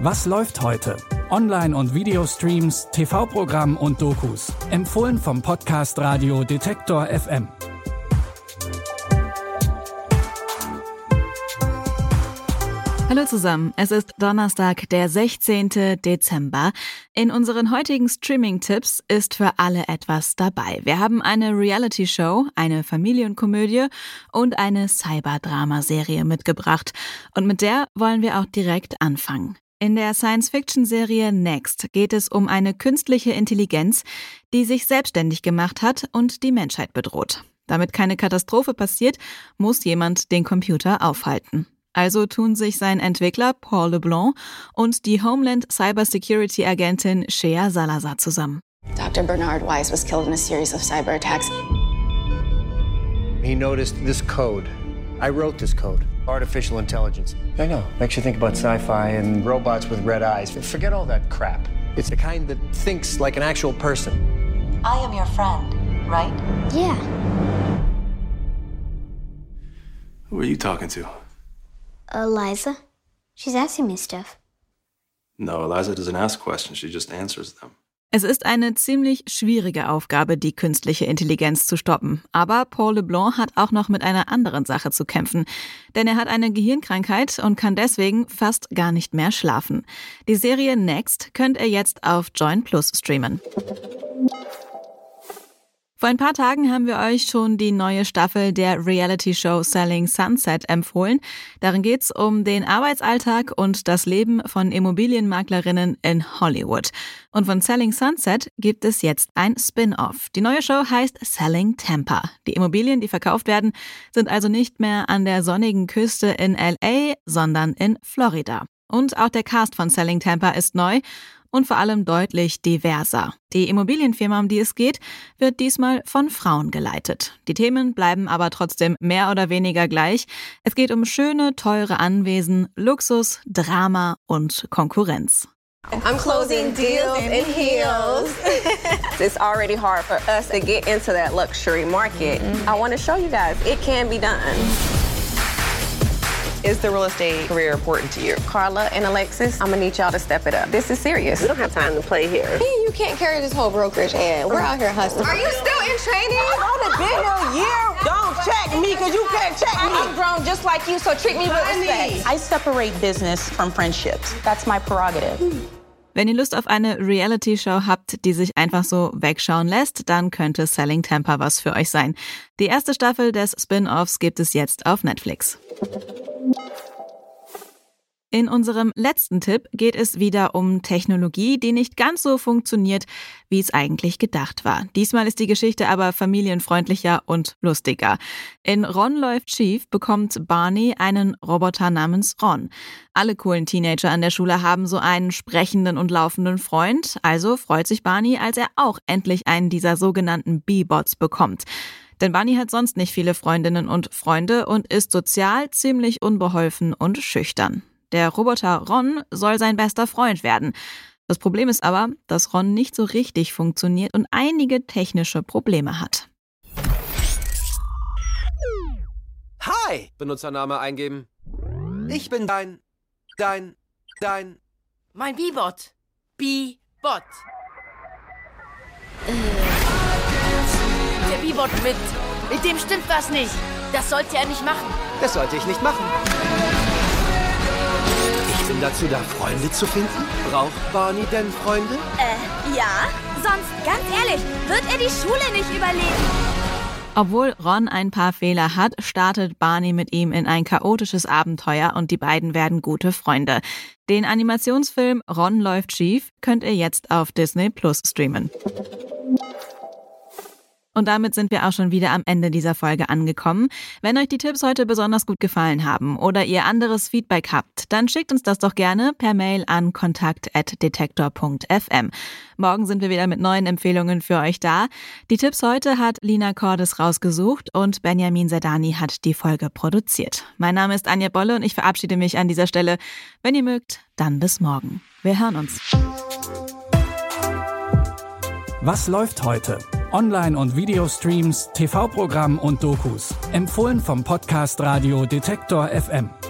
Was läuft heute? Online- und Videostreams, TV-Programm und Dokus. Empfohlen vom Podcast Radio Detektor FM. Hallo zusammen, es ist Donnerstag, der 16. Dezember. In unseren heutigen Streaming-Tipps ist für alle etwas dabei. Wir haben eine Reality-Show, eine Familienkomödie und eine Cyberdrama-Serie mitgebracht. Und mit der wollen wir auch direkt anfangen. In der Science-Fiction-Serie Next geht es um eine künstliche Intelligenz, die sich selbstständig gemacht hat und die Menschheit bedroht. Damit keine Katastrophe passiert, muss jemand den Computer aufhalten. Also tun sich sein Entwickler Paul LeBlanc und die Homeland Cybersecurity-Agentin Shea Salazar zusammen. Dr. Bernard Weiss was killed in a series of cyber attacks. He noticed this code. I wrote this code. Artificial intelligence. I know. Makes you think about sci-fi and robots with red eyes. Forget all that crap. It's the kind that thinks like an actual person. I am your friend, right? Yeah. Who are you talking to? Eliza. She's asking me stuff. No, Eliza doesn't ask questions, she just answers them. Es ist eine ziemlich schwierige Aufgabe, die künstliche Intelligenz zu stoppen. Aber Paul LeBlanc hat auch noch mit einer anderen Sache zu kämpfen. Denn er hat eine Gehirnkrankheit und kann deswegen fast gar nicht mehr schlafen. Die Serie Next könnt ihr jetzt auf Join Plus streamen. Vor ein paar Tagen haben wir euch schon die neue Staffel der Reality-Show Selling Sunset empfohlen. Darin geht's um den Arbeitsalltag und das Leben von Immobilienmaklerinnen in Hollywood. Und von Selling Sunset gibt es jetzt ein Spin-off. Die neue Show heißt Selling Tampa. Die Immobilien, die verkauft werden, sind also nicht mehr an der sonnigen Küste in LA, sondern in Florida. Und auch der Cast von Selling Tampa ist neu und vor allem deutlich diverser. Die Immobilienfirma, um die es geht, wird diesmal von Frauen geleitet. Die Themen bleiben aber trotzdem mehr oder weniger gleich. Es geht um schöne, teure Anwesen, Luxus, Drama und Konkurrenz. I'm closing deals in heels. It's already hard for us to get into that luxury market. I want to show you guys it can be done. Is the real estate career important to you? Carla and Alexis, I'm gonna need y'all to step it up. This is serious. We don't have time to play here. You can't carry this whole brokerage ad. We're out here hustling. Are you still in training? I've only been here a year. Don't check me, because you can't check me. I'm grown just like you, so treat me with respect. I separate business from friendships. That's my prerogative. Wenn ihr Lust auf eine Reality-Show habt, die sich einfach so wegschauen lässt, dann könnte Selling Tampa was für euch sein. Die erste Staffel des Spin-offs gibt es jetzt auf Netflix. In unserem letzten Tipp geht es wieder um Technologie, die nicht ganz so funktioniert, wie es eigentlich gedacht war. Diesmal ist die Geschichte aber familienfreundlicher und lustiger. In Ron läuft schief bekommt Barney einen Roboter namens Ron. Alle coolen Teenager an der Schule haben so einen sprechenden und laufenden Freund, also freut sich Barney, als er auch endlich einen dieser sogenannten B-Bots bekommt. Denn Barney hat sonst nicht viele Freundinnen und Freunde und ist sozial ziemlich unbeholfen und schüchtern. Der Roboter Ron soll sein bester Freund werden. Das Problem ist aber, dass Ron nicht so richtig funktioniert und einige technische Probleme hat. Hi! Benutzername eingeben. Ich bin dein... Mein B-Bot. B-Bot. Der B-Bot mit dem stimmt was nicht. Das sollte er nicht machen. Das sollte ich nicht machen. Ich bin dazu da, Freunde zu finden. Braucht Barney denn Freunde? Ja. Sonst, ganz ehrlich, wird er die Schule nicht überleben. Obwohl Ron ein paar Fehler hat, startet Barney mit ihm in ein chaotisches Abenteuer und die beiden werden gute Freunde. Den Animationsfilm Ron läuft schief könnt ihr jetzt auf Disney Plus streamen. Und damit sind wir auch schon wieder am Ende dieser Folge angekommen. Wenn euch die Tipps heute besonders gut gefallen haben oder ihr anderes Feedback habt, dann schickt uns das doch gerne per Mail an kontakt@detektor.fm. Morgen sind wir wieder mit neuen Empfehlungen für euch da. Die Tipps heute hat Lina Cordes rausgesucht und Benjamin Zerdani hat die Folge produziert. Mein Name ist Anja Bolle und ich verabschiede mich an dieser Stelle. Wenn ihr mögt, dann bis morgen. Wir hören uns. Was läuft heute? Online- und Videostreams, TV-Programm und Dokus. Empfohlen vom Podcast Radio Detektor FM.